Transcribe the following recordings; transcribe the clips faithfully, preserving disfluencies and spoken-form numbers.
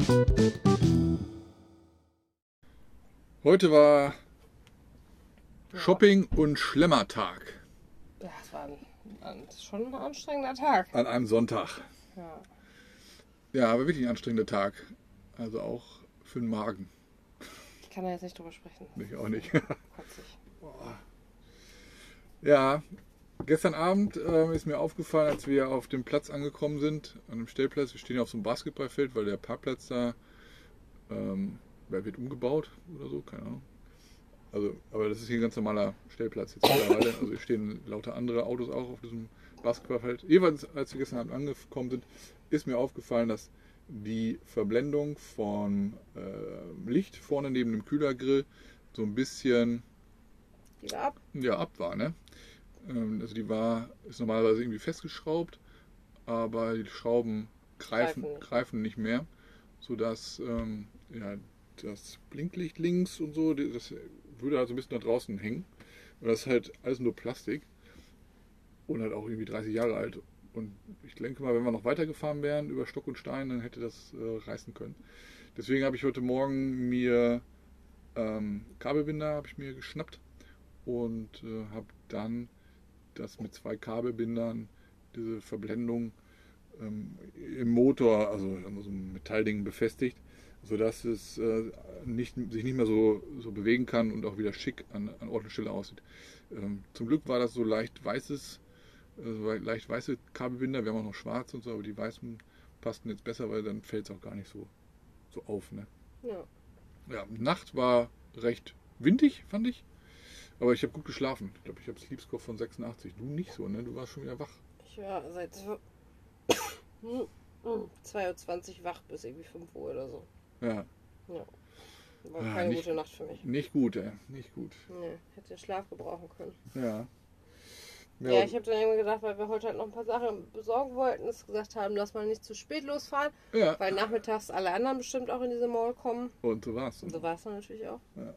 Heute war Shopping- und Schlemmertag. Ja, es war ein, ein, schon ein anstrengender Tag. An einem Sonntag. Ja. Ja, aber wirklich ein anstrengender Tag. Also auch für den Magen. Ich kann da jetzt nicht drüber sprechen. Ich auch nicht. Kotzig. Ja, gestern Abend äh, ist mir aufgefallen, als wir auf dem Platz angekommen sind, an einem Stellplatz. Wir stehen ja auf so einem Basketballfeld, weil der Parkplatz da ähm, der wird umgebaut oder so, keine Ahnung. Also, aber das ist hier ein ganz normaler Stellplatz jetzt mittlerweile. Also hier stehen lauter andere Autos auch auf diesem Basketballfeld. Jeweils, als wir gestern Abend angekommen sind, ist mir aufgefallen, dass die Verblendung von äh, Licht vorne neben dem Kühlergrill so ein bisschen Die war ab. ja, ab war, ne? Ähm, also die war, ist normalerweise irgendwie festgeschraubt, aber die Schrauben greifen, Greifen nicht. greifen nicht mehr, sodass ähm, ja, das Blinklicht links und so, das würde halt so ein bisschen da draußen hängen. Und das ist halt alles nur Plastik und halt auch irgendwie dreißig Jahre alt. Und ich denke mal, wenn wir noch weitergefahren wären über Stock und Stein, dann hätte das äh, reißen können. Deswegen habe ich heute Morgen mir ähm, Kabelbinder habe ich mir geschnappt und äh, habe dann das mit zwei Kabelbindern, diese Verblendung ähm, im Motor, also an so einem Metallding befestigt, sodass es äh, nicht, sich nicht mehr so, so bewegen kann und auch wieder schick an, an Ort und Stelle aussieht. Ähm, zum Glück war das so leicht weißes, äh, leicht weiße Kabelbinder, wir haben auch noch schwarz und so, aber die weißen passten jetzt besser, weil dann fällt es auch gar nicht so, so auf. Ne? Ja. Ja, Nacht war recht windig, fand ich. Aber ich habe gut geschlafen. Ich glaube, ich habe Sleepscore von sechsundachtzig. Du nicht so, ne? Du warst schon wieder wach. Ich war seit zwei Uhr zwanzig wach bis irgendwie fünf Uhr oder so. Ja. Ja. War Ah, keine nicht- gute Nacht für mich. Nicht gut, ey. Nicht gut. Nee, hätte den Schlaf gebrauchen können. Ja. Ja, ich habe dann irgendwie gedacht, weil wir heute halt noch ein paar Sachen besorgen wollten, dass wir gesagt haben, lass mal nicht zu spät losfahren, ja. weil nachmittags alle anderen bestimmt auch in diese Mall kommen. Und so war's. Und so war es dann natürlich auch. Ja.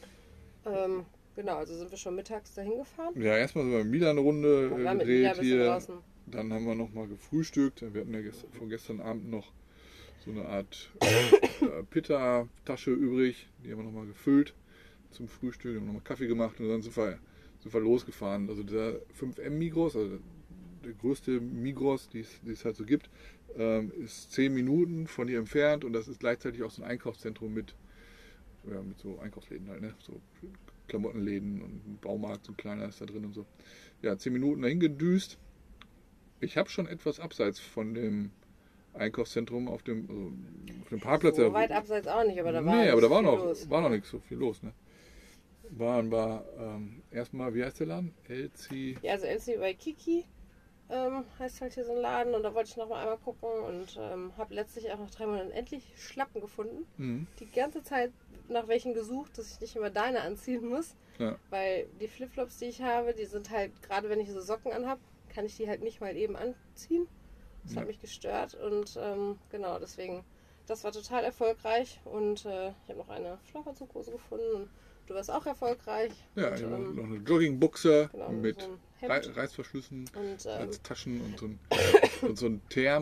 Ähm, genau, also sind wir schon mittags dahin gefahren. Ja, erstmal sind wir wieder eine Runde Wir äh, waren mit Mia gedreht ein bisschen hier. draußen. Dann haben wir nochmal gefrühstückt. Wir hatten ja gestern, von gestern Abend noch so eine Art äh, Pitta-Tasche übrig. Die haben wir nochmal gefüllt zum Frühstück. Haben nochmal Kaffee gemacht und dann sind wir, sind wir losgefahren. Also der fünf M Migros, also der größte Migros, die es, die es halt so gibt, ähm, ist zehn Minuten von hier entfernt und das ist gleichzeitig auch so ein Einkaufszentrum mit, ja, mit so Einkaufsläden halt, ne? So Klamottenläden und ein Baumarkt, so ein kleiner ist da drin und so. Ja, zehn Minuten dahin gedüst. Ich habe schon etwas abseits von dem Einkaufszentrum auf dem, also auf dem Parkplatz. So weit abseits auch nicht, aber da war nee, nicht aber da war viel noch, los. war noch nicht so viel los. Ne? Waren wir ähm, erstmal, wie heißt der Laden? Elsie. Ja, also Elsie bei Kiki ähm, heißt halt hier so ein Laden und da wollte ich noch mal einmal gucken und ähm, habe letztlich auch nach drei Monaten endlich Schlappen gefunden. Mhm. Die ganze Zeit nach welchen gesucht, dass ich nicht immer deine anziehen muss, Ja. weil die Flipflops, die ich habe, die sind halt, gerade wenn ich so Socken anhab, kann ich die halt nicht mal eben anziehen. Das Ja. hat mich gestört und ähm, genau, deswegen, das war total erfolgreich und äh, ich habe noch eine Schlafanzughose gefunden und du warst auch erfolgreich. Ja, und, ich habe ähm, noch eine Joggingbuchse genau, mit so ein Rei Hemd Reißverschlüssen und ähm, als Taschen und so ein, und so ein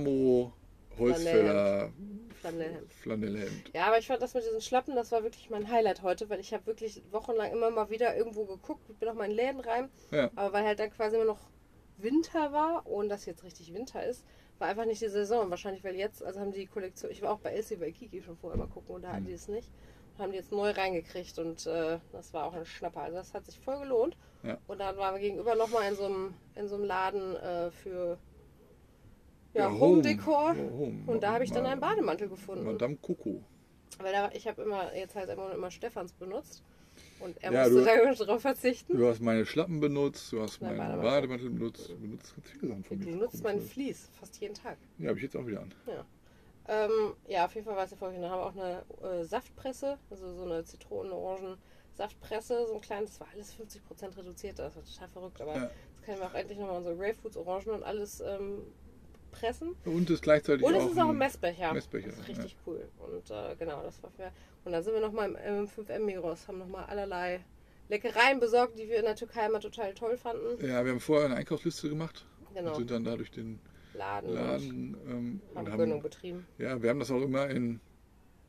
Thermo-Holzfäller Flanellhemd. Flanellhemd. Ja, aber ich fand das mit diesen Schlappen, das war wirklich mein Highlight heute, weil ich habe wirklich wochenlang immer mal wieder irgendwo geguckt, ich bin auch mal in Läden rein, Ja. aber weil halt dann quasi immer noch Winter war, ohne dass jetzt richtig Winter ist, war einfach nicht die Saison. Wahrscheinlich, weil jetzt, also haben die Kollektion, ich war auch bei Elsie bei Kiki schon vorher mal gucken und da hatten die es nicht. Und haben die jetzt neu reingekriegt und äh, das war auch ein Schnapper. Also das hat sich voll gelohnt. Ja. Und dann waren wir gegenüber nochmal in so einem in so einem Laden äh, für ja, Ja, Home-Dekor. Home. Home. Und da habe ich dann Ma- einen Bademantel gefunden. Madame Coco. Weil da, ich habe immer, jetzt heißt immer, immer Stefans benutzt. Und er Ja, musste du- da drauf verzichten. Du hast meine Schlappen benutzt, du hast Mein meinen Bademantel. Bademantel benutzt, du benutzt ganz viele Sachen von Du mir. nutzt meinen Komisch, ne? Vlies fast jeden Tag. Ja, habe ich jetzt auch wieder an. Ähm, ja, auf jeden Fall war es ja vorhin. Dann haben wir auch eine äh, Saftpresse, also so eine Zitronen-Orangen-Saftpresse, so ein kleines, das war alles fünfzig Prozent reduziert, das war total verrückt, aber Ja. jetzt können wir auch endlich nochmal unsere Grapefruits, Orangen und alles ähm, pressen. Und es ist gleichzeitig Und auch es ist auch ein Messbecher. Messbecher, Das ist richtig cool. Und äh, genau, das war für. Und dann sind wir nochmal im, im fünf M Migros, haben nochmal allerlei Leckereien besorgt, die wir in der Türkei immer total toll fanden. Ja, wir haben vorher eine Einkaufsliste gemacht Genau. und sind dann da durch den Laden, und Laden ähm, haben und Gönnung haben, betrieben. ja, wir haben das auch immer in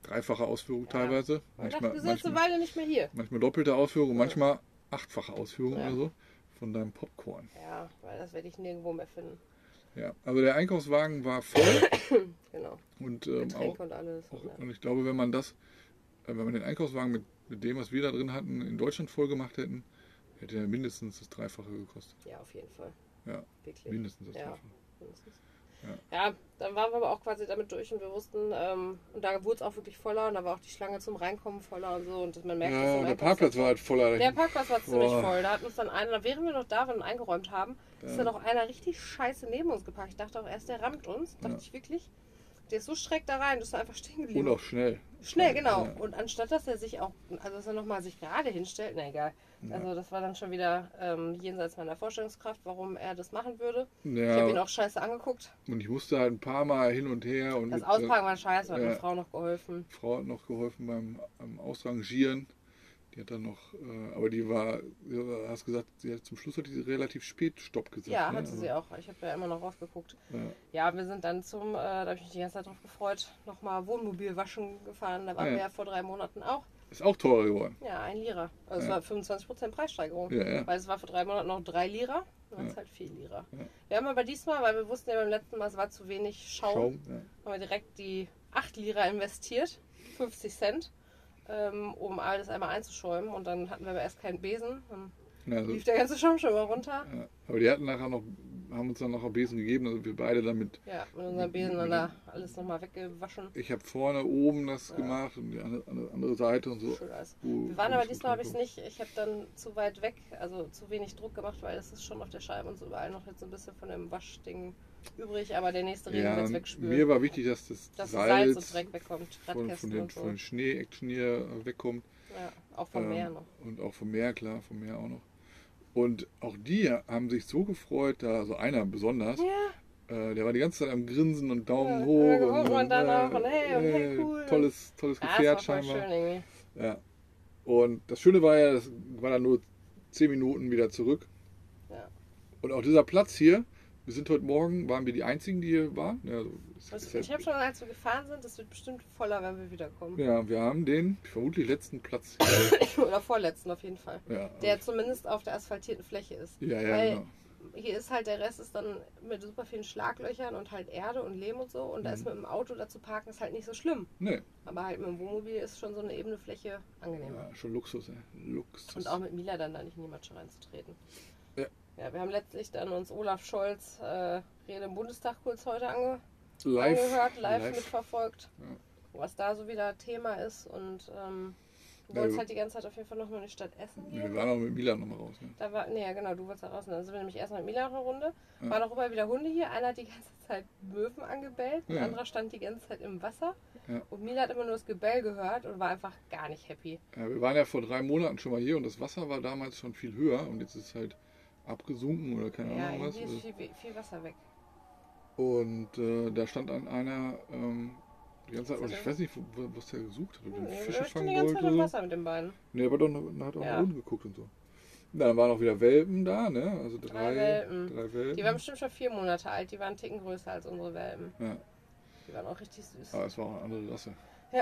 dreifache Ausführung Ja. teilweise. Ich Manchmal, dachte, du sind jetzt eine manchmal, Weile nicht mehr hier. manchmal doppelte Ausführung und Ja. manchmal achtfache Ausführung Ja. oder so von deinem Popcorn. Ja, weil das werde ich nirgendwo mehr finden. Ja, also der Einkaufswagen war voll Genau. und, ähm, auch, Getränke und alles. auch, ja. und ich glaube, wenn man das, äh, wenn man den Einkaufswagen mit, mit dem, was wir da drin hatten, in Deutschland voll gemacht hätten, hätte er mindestens das Dreifache gekostet. Ja, auf jeden Fall. Ja, Wirklich. mindestens das Ja. Dreifache. mindestens. Ja. Ja, dann waren wir aber auch quasi damit durch und wir wussten, ähm, und da wurde es auch wirklich voller und da war auch die Schlange zum Reinkommen voller und so und man merkt, dass Ja, im der Einkaufs- Parkplatz war halt voller. Der Parkplatz war ziemlich Boah. voll. Da hat uns dann einer, während wir noch da waren und eingeräumt haben, ist Ja. dann auch einer richtig scheiße neben uns geparkt. Ich dachte auch erst, der rammt uns. Dachte Ja. ich wirklich. Der ist so schräg da rein, du bist einfach stehen geblieben. Und auch schnell. Schnell, genau. Ja. Und anstatt dass er sich auch, also dass er nochmal sich gerade hinstellt, na egal. Ja. Also das war dann schon wieder ähm, jenseits meiner Vorstellungskraft, warum er das machen würde. Ich Ja, habe ihn auch scheiße angeguckt. und ich musste halt ein paar Mal hin und her. Und Das mit, Auspacken war scheiße, hat ja. eine Frau noch geholfen. Äh, Frau hat noch geholfen beim am Ausrangieren. Die hat dann noch, äh, aber die war, du hast gesagt, sie hat zum Schluss hat die relativ spät Stopp gesagt. Ja, ne? hat sie sie auch. Ich habe ja immer noch rausgeguckt. Ja. Ja, wir sind dann zum, äh, da habe ich mich die ganze Zeit drauf gefreut, nochmal Wohnmobil waschen gefahren. Da waren Ja. wir ja vor drei Monaten auch. Ist auch teurer geworden. Ja, ein Lira. Also es Ja. war fünfundzwanzig Prozent Preissteigerung. Ja, ja. Weil es war vor drei Monaten noch drei Lira. Dann Ja. ist halt vier Lira. Ja. Wir haben aber diesmal, weil wir wussten ja beim letzten Mal, es war zu wenig Schaum, Schaum. Ja. haben wir direkt die acht Lira investiert, fünfzig Cent, ähm, um alles einmal einzuschäumen. Und dann hatten wir aber erst keinen Besen. Dann Ja, also, lief der ganze Schaum schon mal runter. ja. Aber die hatten nachher noch, haben uns dann noch einen Besen gegeben, also wir beide damit. Ja, mit unserem Besen dann da alles nochmal weggewaschen. Ich habe vorne oben das Ja. gemacht und die andere, andere Seite und so. Schön alles. Wo- Wir waren wo aber es diesmal habe ich es runterkommt. nicht. Ich habe dann zu weit weg, also zu wenig Druck gemacht, weil es ist schon auf der Scheibe und so überall noch jetzt ein bisschen von dem Waschding übrig. Aber der nächste Regen wird Ja, es wegspülen. mir war wichtig, dass das dass Salz, Salz und Dreck wegkommt, von, von, Radkästen den, und so. von den Schnee-Action hier wegkommt. Ja, auch vom Ähm, Meer noch. Und auch vom Meer, klar, vom Meer auch noch. Und auch die haben sich so gefreut, da, also einer besonders, Ja, äh, der war die ganze Zeit am Grinsen und Daumen Ja, hoch. ja, und, und dann äh, auch und hey, und hey, cool. Tolles, tolles ja Gefährt das war voll scheinbar. schön irgendwie. Ja. Und das Schöne war ja, das war dann nur zehn Minuten wieder zurück. Ja. Und auch dieser Platz hier, wir sind heute Morgen, waren wir die Einzigen, die hier waren. Ja, also, es Also ist ja- ich habe schon, als wir gefahren sind, das wird bestimmt voller, wenn wir wiederkommen. ja, wir haben den vermutlich letzten Platz. Oder vorletzten auf jeden Fall. Ja, Der zumindest auf der asphaltierten Fläche ist. ja, ja, Weil genau. hier ist halt, der Rest ist dann mit super vielen Schlaglöchern und halt Erde und Lehm und so. Und da Mhm. ist mit dem Auto dazu parken ist halt nicht so schlimm. Nee, Aber halt mit dem Wohnmobil ist schon so eine ebene Fläche angenehmer. ja, schon Luxus, ey. Luxus. Und auch mit Mila dann da nicht in die Matsche reinzutreten. Ja. Ja, wir haben letztlich dann uns Olaf Scholz äh, Rede im Bundestag kurz heute ange live, angehört, live, mitverfolgt, Ja. was da so wieder Thema ist. Und ähm, du Ja, wolltest wir- halt die ganze Zeit auf jeden Fall noch mal in die Stadt essen Wir gehen. waren auch mit Milan nochmal raus. Ne? Da war, nee, ja, genau, du wolltest da raus. Dann sind wir nämlich erstmal mit Mila noch eine Runde. Ja. Waren auch immer wieder Hunde hier. Einer hat die ganze Zeit Möwen angebellt, ein Ja. anderer stand die ganze Zeit im Wasser. Ja. Und Mila hat immer nur das Gebell gehört und war einfach gar nicht happy. Ja, wir waren ja vor drei Monaten schon mal hier und das Wasser war damals schon viel höher und jetzt ist es halt abgesunken oder keine Ja, Ahnung was. irgendwie ist viel, viel Wasser weg. Und äh, da stand an einer ähm, die ganze Zeit, Was und hat ich er? weiß nicht, wo- was der gesucht hat, ob Hm, er er Fische stand fangen die ganze wollte Zeit im oder so. Wasser mit den beiden. Nee, aber doch, noch- hat auch Ja. mal rumgeguckt und so. Na, dann waren auch wieder Welpen da, ne? Also drei, Drei Welpen. Drei Welpen. Die waren bestimmt schon vier Monate alt. Die waren einen Ticken größer als unsere Welpen. ja, Die waren auch richtig süß. aber es war auch eine andere Rasse.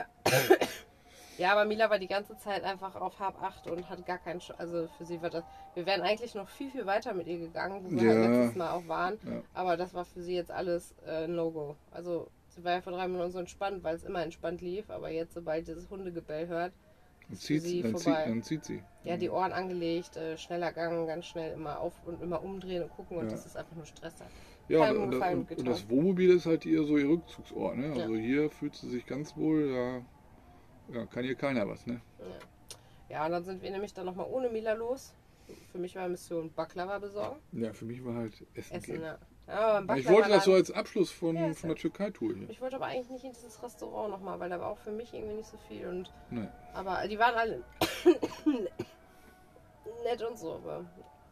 Ja, aber Mila war die ganze Zeit einfach auf Hab acht und hat gar keinen Sch Also für sie war das. Wir wären eigentlich noch viel, viel weiter mit ihr gegangen, wo wir Ja. halt letztes Mal auch waren. Ja. Aber das war für sie jetzt alles äh, No-Go. Also sie war ja vor drei Monaten so entspannt, weil es immer entspannt lief. Aber jetzt, sobald dieses Hundegebell hört, Dann ist zieht, für sie dann, zieht, vorbei. dann zieht sie. Ja, die Ohren angelegt, äh, schneller Gang, ganz schnell immer auf und immer umdrehen und gucken. Und Ja. das ist einfach nur Stress. Ja, keinem und, und, Gefallen und, getan. und das Wohnmobil ist halt ihr so ihr Rückzugsort, ne? Also Ja. hier fühlt sie sich ganz wohl, da ja, kann hier keiner was, ne? Ja. ja, und dann sind wir nämlich dann nochmal ohne Mila los. Für mich war Mission Baklava besorgen. Ja, für mich war halt Essen. Essen, gehen. ja. Ja, beim Ich wollte das so Baklava-Laden- als Abschluss von, Ja, ist von ja. der Türkei-Tour hier. Ich wollte aber eigentlich nicht in dieses Restaurant nochmal, weil da war auch für mich irgendwie nicht so viel. Und, Nee. aber die waren alle nett und so. Aber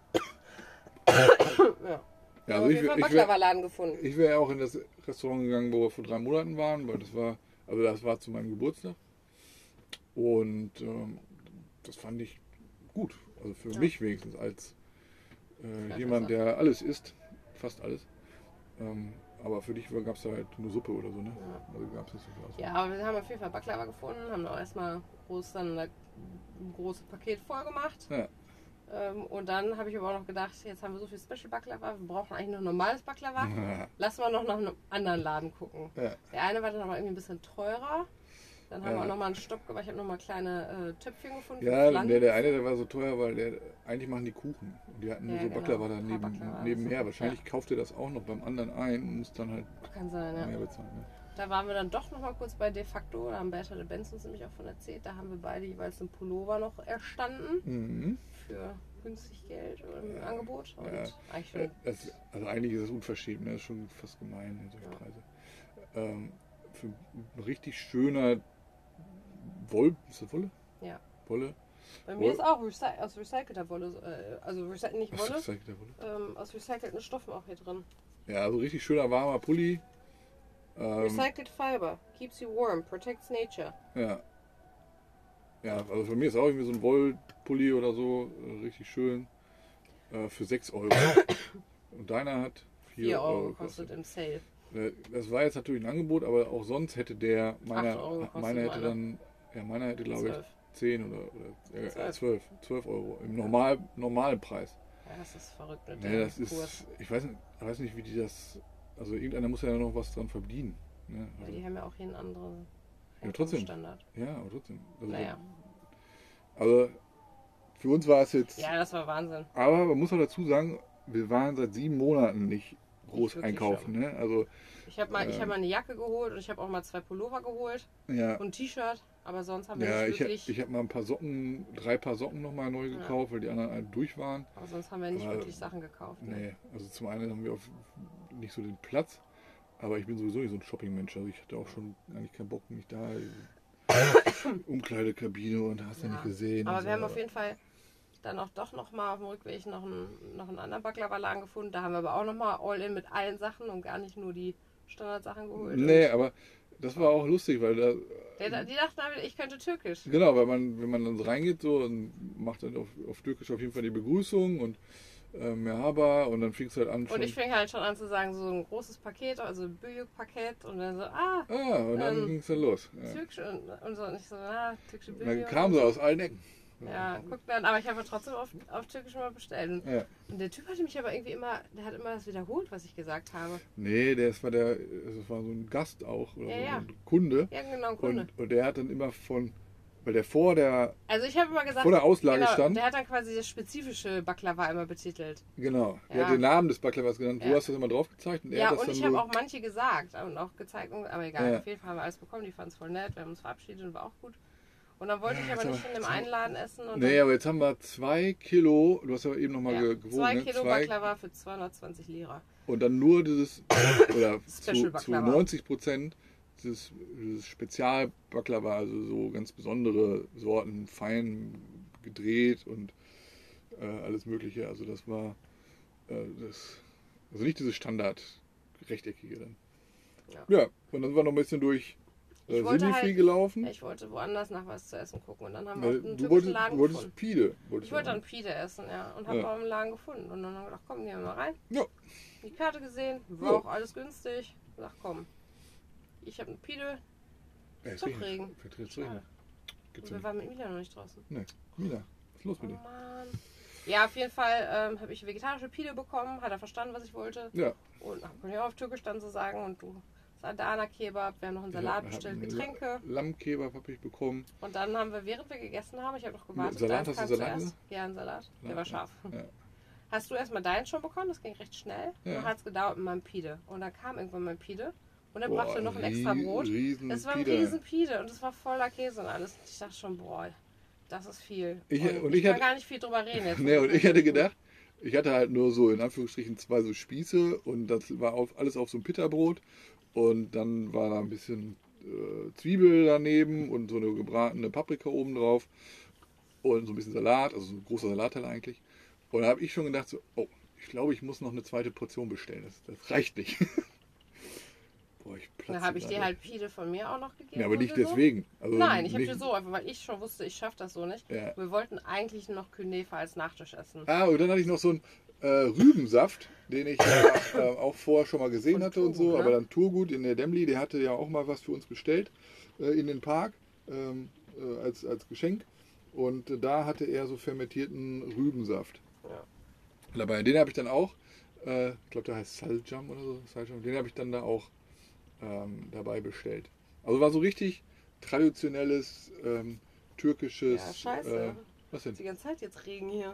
ja. Ja, Aber also auf ich, jeden Fall einen ich wäre Baklava-Laden gefunden. ich wär auch in das Restaurant gegangen, wo wir vor drei Monaten waren, weil das war, also das war zu meinem Geburtstag. Und ähm, das fand ich gut. Also für Ja. mich wenigstens als äh, Ja, jemand, besser. der alles isst, fast alles. Ähm, aber für dich gab es da halt nur Suppe oder so, ne? Ja. Also gab es nicht so viel Auswahl. Ja, aber wir haben auf jeden Fall Baklava gefunden, haben auch erstmal groß dann ein großes Paket voll gemacht. Ja. Ähm, und dann habe ich aber auch noch gedacht, jetzt haben wir so viel Special Baklava, wir brauchen eigentlich noch normales Baklava. Ja. Lass mal noch nach einem anderen Laden gucken. Ja. Der eine war dann aber irgendwie ein bisschen teurer. Dann haben Ja. wir auch nochmal einen Stopp gemacht. Ich habe nochmal kleine äh, Töpfchen gefunden. Ja, für der, der eine, der war so teuer, weil der eigentlich machen die Kuchen. Und die hatten nur Ja, so genau. Baklava Ein paar daneben, Baklava, nebenher. also, Wahrscheinlich kauft er das auch noch beim anderen ein und muss dann halt Kann sein, ja. mehr bezahlen. Ne? Da waren wir dann doch nochmal kurz bei De facto. Da haben Bertha de Benz uns nämlich auch von erzählt. Da haben wir beide jeweils einen Pullover noch erstanden. Mhm. Für günstig Geld im Ja. Angebot. Und Ja. eigentlich Äh, schon, Das, also eigentlich ist es unverschämt, ne? Das ist schon fast gemein, solche Ja. Preise. Ähm, für ein richtig schöner Woll, ist das Wolle? Ja. Wolle? Bei Woll- mir ist auch recy aus recycelter Wolle, äh, also recy nicht Was Wolle, ist das, der Wolle? ähm, aus recycelten Stoffen auch hier drin. Ja, also richtig schöner warmer Pulli. Ähm, Recycled fiber, keeps you warm, protects nature. ja. Ja, also für mich ist auch irgendwie so ein Wollpulli oder so, äh, richtig schön. Äh, für sechs Euro. Und deiner hat vier vier Euro Euro kostet gekostet. im Sale. Äh, Das war jetzt natürlich ein Angebot, aber auch sonst hätte der, meiner, Acht Euro kostet meiner hätte meiner. dann, ja, meiner hätte glaube ich zwölf. zehn oder, oder äh, Zwölf. zwölf, zwölf Euro im normal, normalen Preis. Ja, das ist verrückt mit Nee, dem das Kurs. ist, ich weiß nicht, ich weiß nicht, wie die das, also irgendeiner muss ja noch was dran verdienen. Ne? Ja, Also, die haben ja auch hier einen anderen Ja, trotzdem. Standard. ja, aber trotzdem. Also, Naja. also für uns war es jetzt, Ja, das war Wahnsinn. aber man muss auch dazu sagen, wir waren seit sieben Monaten nicht groß wirklich einkaufen. Ne? Also, Ich habe mal, ich Ähm. hab mal eine Jacke geholt und ich habe auch mal zwei Pullover geholt ja. und ein T-Shirt, aber sonst haben wir Ja, nicht ich, hab- wirklich, ich habe mal ein paar Socken, drei Paar Socken nochmal neu Ja. gekauft, weil die anderen alle durch waren. aber sonst haben wir nicht aber- wirklich Sachen gekauft. Ne? Nee, also zum einen haben wir auf nicht so den Platz, aber ich bin sowieso nicht so ein Shopping-Mensch. Also ich hatte auch schon eigentlich keinen Bock, mich da Umkleidekabine und hast du Ja. nicht gesehen. Aber und wir so. haben auf jeden Fall dann auch doch noch mal auf dem Rückweg noch einen, noch einen anderen Baklava-Laden gefunden. Da haben wir aber auch noch mal All-In mit allen Sachen und gar nicht nur die Standardsachen geholt. Nee, Und aber das war auch lustig, weil da. der, die dachten alle, ich könnte Türkisch. Genau, weil man, wenn man dann so reingeht so und macht dann auf, auf Türkisch auf jeden Fall die Begrüßung und äh, Merhaba und dann fing es halt an Und schon. ich fing halt schon an zu sagen, so ein großes Paket, also ein Büyük-Paket und dann so, ah, Ah, und dann Ähm, ging es dann los. Ja. türkisch und, und so. Und ich so, ah, türkische Und dann Büyük. kam sie aus allen Ecken. Ja, guck dann, aber ich habe trotzdem auf, auf Türkisch mal bestellt. Und, Ja. und der Typ hatte mich aber irgendwie immer, der hat immer das wiederholt, was ich gesagt habe. Nee, das war der, das war so ein Gast auch oder Ja, so ja. ein Kunde. Ja, genau, Kunde. Und, und der hat dann immer von, weil der vor der, Also ich habe immer gesagt, vor der Auslage genau, stand, der hat dann quasi das spezifische Baklava immer betitelt. genau, der Ja. hat den Namen des Baklavas genannt, du Ja. hast das immer drauf gezeigt und er Ja, hat das und dann ich so, habe auch manche gesagt und auch gezeigt, und- aber egal, Ja. auf jeden Fall haben wir alles bekommen, die fanden es voll nett, wir haben uns verabschiedet und war auch gut. Und dann wollte ich Ja, aber jetzt nicht aber- in dem jetzt einen Laden essen. Und nee, dann, aber jetzt haben wir zwei Kilo, du hast ja eben nochmal ja, ge gewogen, zwei ne? Kilo zwei, Baklava für zweihundertzwanzig Lira. und dann nur dieses, oder Special zu, zu Baklava. neunzig Prozent dieses, dieses Spezialbaklava, also so ganz besondere Sorten, fein gedreht und äh, alles mögliche, also das war äh, das, also nicht dieses Standard rechteckige dann. Ja. Ja, und dann sind wir noch ein bisschen durch äh, Ich wollte Sinifri halt- gelaufen. Ich wollte woanders nach was zu essen gucken und dann haben wir Weil auch einen du türkischen wolltest, Laden du wolltest gefunden. Pide. Wolltest Ich wollte du dann Pide essen, ja, und habe Ja. auch einen Laden gefunden. Und dann haben wir gedacht, komm, gehen wir mal rein. Ja. Die Karte gesehen, war Ja. auch alles günstig. Ich dachte, komm, ich habe eine Pide. Ey, es Doch regnet. Regen. Fällt jetzt Schade. Regen. Gibt's Und ja wir nicht. waren mit Mila noch nicht draußen. Nee, Mila, was ist los Oh mit dir? Mann. Ja, auf jeden Fall ähm, habe ich vegetarische Pide bekommen, hat er verstanden, was ich wollte. Ja. Und konnte ich auch auf Türkisch dann so sagen. Und du, Sadana Kebab, wir haben noch einen Salat Ich hab bestellt, einen Getränke. Lammkebab habe ich bekommen. Und dann haben wir, während wir gegessen haben, ich habe noch gewartet, Salat, deins hast du kam Salat zuerst. gesagt? Ja, ein Salat. Der Ja, war ja. scharf. Ja. Hast du erstmal deinen schon bekommen? Das ging recht schnell. Ja. Dann hat es gedauert mit meinem Pide. Und dann kam irgendwann mein Pide. Und er Boah, brachte noch ein extra rie- Brot. riesen Es war ein Pide. riesen Pide und es war voller Käse und alles. Und ich dachte schon, boah, das ist viel. Ich- und und ich ich kann hatte- gar nicht viel drüber reden jetzt. Nee, und ich hätte gedacht, ich hatte halt nur so in Anführungsstrichen zwei so Spieße und das war auf, alles auf so einem Pitterbrot und dann war da ein bisschen äh, Zwiebel daneben und so eine gebratene Paprika oben drauf und so ein bisschen Salat, also so ein großer Salatteller eigentlich. Und da habe ich schon gedacht so, oh, ich glaube, ich muss noch eine zweite Portion bestellen, das, das reicht nicht. Boah, ich platze Dann habe ich dir gerade. halt Pide von mir auch noch gegeben. Ja, aber nicht sowieso. deswegen. Also Nein, ich habe nicht, dir so, einfach weil ich schon wusste, ich schaffe das so nicht. Ja. Wir wollten eigentlich noch Künefe als Nachtisch essen. Ah, und dann hatte ich noch so ein, äh, Rübensaft, den ich ja, äh, auch vorher schon mal gesehen Und hatte und so, Turgut, ne? aber dann Turgut in der Dembli, der hatte ja auch mal was für uns bestellt äh, in den Park ähm, äh, als, als Geschenk. Und äh, da hatte er so fermentierten Rübensaft Ja. dabei. Den habe ich dann auch, äh, ich glaube, der heißt Saljam oder so, Saljam, den habe ich dann da auch ähm, dabei bestellt. Also war so richtig traditionelles ähm, türkisches. Ja, scheiße. Äh, was denn? Die ganze Zeit jetzt Regen hier.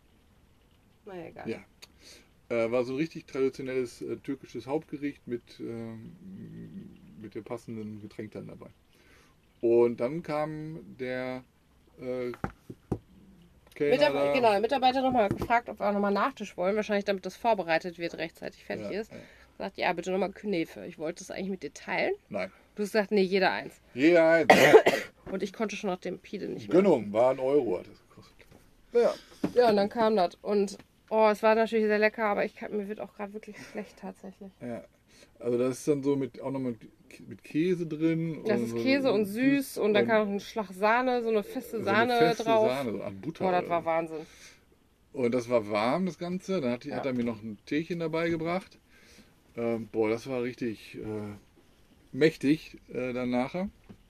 Naja, egal. Ja. Äh, war so ein richtig traditionelles äh, türkisches Hauptgericht mit, ähm, mit dem passenden Getränk dann dabei. Und dann kam der äh, Kellner Mitab da. genau, der Mitarbeiter nochmal gefragt, ob wir auch nochmal Nachtisch wollen. Wahrscheinlich damit das vorbereitet wird, rechtzeitig fertig Ja, ist. ja. Sagt, ja, bitte nochmal Künefe. Ich wollte das eigentlich mit dir teilen. Nein. Du hast gesagt, nee, jeder eins. Jeder ein. Und ich konnte schon nach dem Pide nicht mehr. Gönnung war ein Euro, hat das gekostet. Ja. Ja, und dann kam das. Und oh, es war natürlich sehr lecker, aber ich kann, mir wird auch gerade wirklich schlecht tatsächlich. Ja. Also das ist dann so mit auch noch mit, mit Käse drin. Das und ist so Käse und süß und dann kam noch ein Schlag Sahne, so eine feste so Sahne eine feste drauf. Sahne, so an Butter. Oh, das oder war so. Wahnsinn. Und das war warm, das Ganze. Dann hat, die, Ja. hat er mir noch ein Teechen dabei gebracht. Ähm, boah, das war richtig äh, mächtig äh, dann nachher.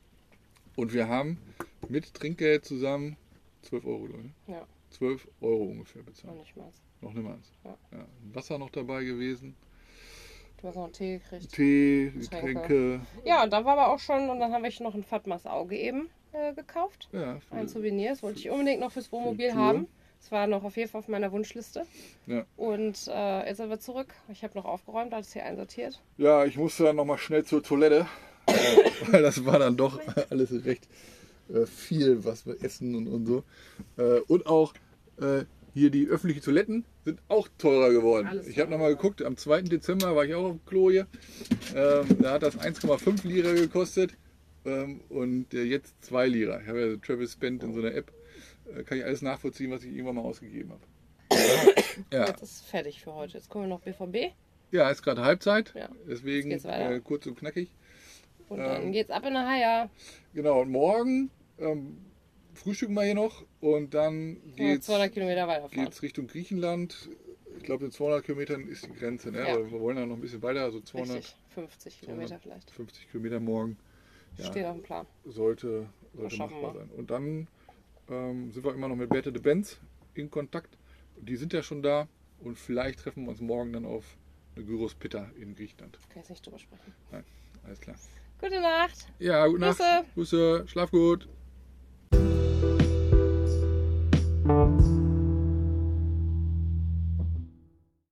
Und wir haben mit Trinkgeld zusammen zwölf Euro, oder? Ja, zwölf Euro ungefähr noch bezahlt. nicht mal. Noch niemals. Ja. Ja. Wasser noch dabei gewesen. Du hast noch einen Tee gekriegt. Tee, Getränke. Getränke. Ja, und dann war aber auch schon, und dann habe ich noch ein Fatmas Auge eben äh, gekauft. Ja, für- Ein Souvenir, das wollte ich unbedingt noch fürs Wohnmobil Tour. haben. Das war noch auf jeden Fall auf meiner Wunschliste. Ja. Und äh, jetzt sind wir zurück. Ich habe noch aufgeräumt, alles hier einsortiert. Ja, ich musste dann nochmal schnell zur Toilette, weil das war dann doch alles recht äh, viel, was wir essen und, und so. Äh, und auch äh, hier die öffentlichen Toiletten sind auch teurer geworden. Alles Ich habe teurer nochmal geguckt, am zweiten Dezember war ich auch auf dem Klo hier. Ähm, da hat das eins Komma fünf Lira gekostet ähm, und äh, jetzt zwei Lira. Ich habe ja Travis Spend in so einer App. Äh, kann ich alles nachvollziehen, was ich irgendwann mal ausgegeben habe. Ja. Jetzt ist es fertig für heute. Jetzt kommen wir noch B V B Ja, ist gerade Halbzeit, Ja, deswegen jetzt geht's weiter. äh, kurz und knackig. und Ähm, dann geht's ab in der Haia. Genau, und morgen ähm, frühstücken wir hier noch und dann Ja, geht's, zweihundert Kilometer weiterfahren. geht's Richtung Griechenland. Ich glaube, in zweihundert Kilometern ist die Grenze. Ne? Ja. Aber wir wollen ja noch ein bisschen weiter, also Richtig, zweihundertfünfzig fünfzig Kilometer vielleicht. Kilometer morgen. Ja, Steht auf dem Plan. sollte, sollte schaffen machbar wir. sein. Und dann ähm, sind wir immer noch mit Berthe de Benz in Kontakt. Die sind ja schon da und vielleicht treffen wir uns morgen dann auf eine Gyros Pitta in Griechenland. Kann jetzt nicht drüber sprechen. Nein, alles klar. Gute Nacht. Ja, gute Nacht. Grüße. Grüße, schlaf gut.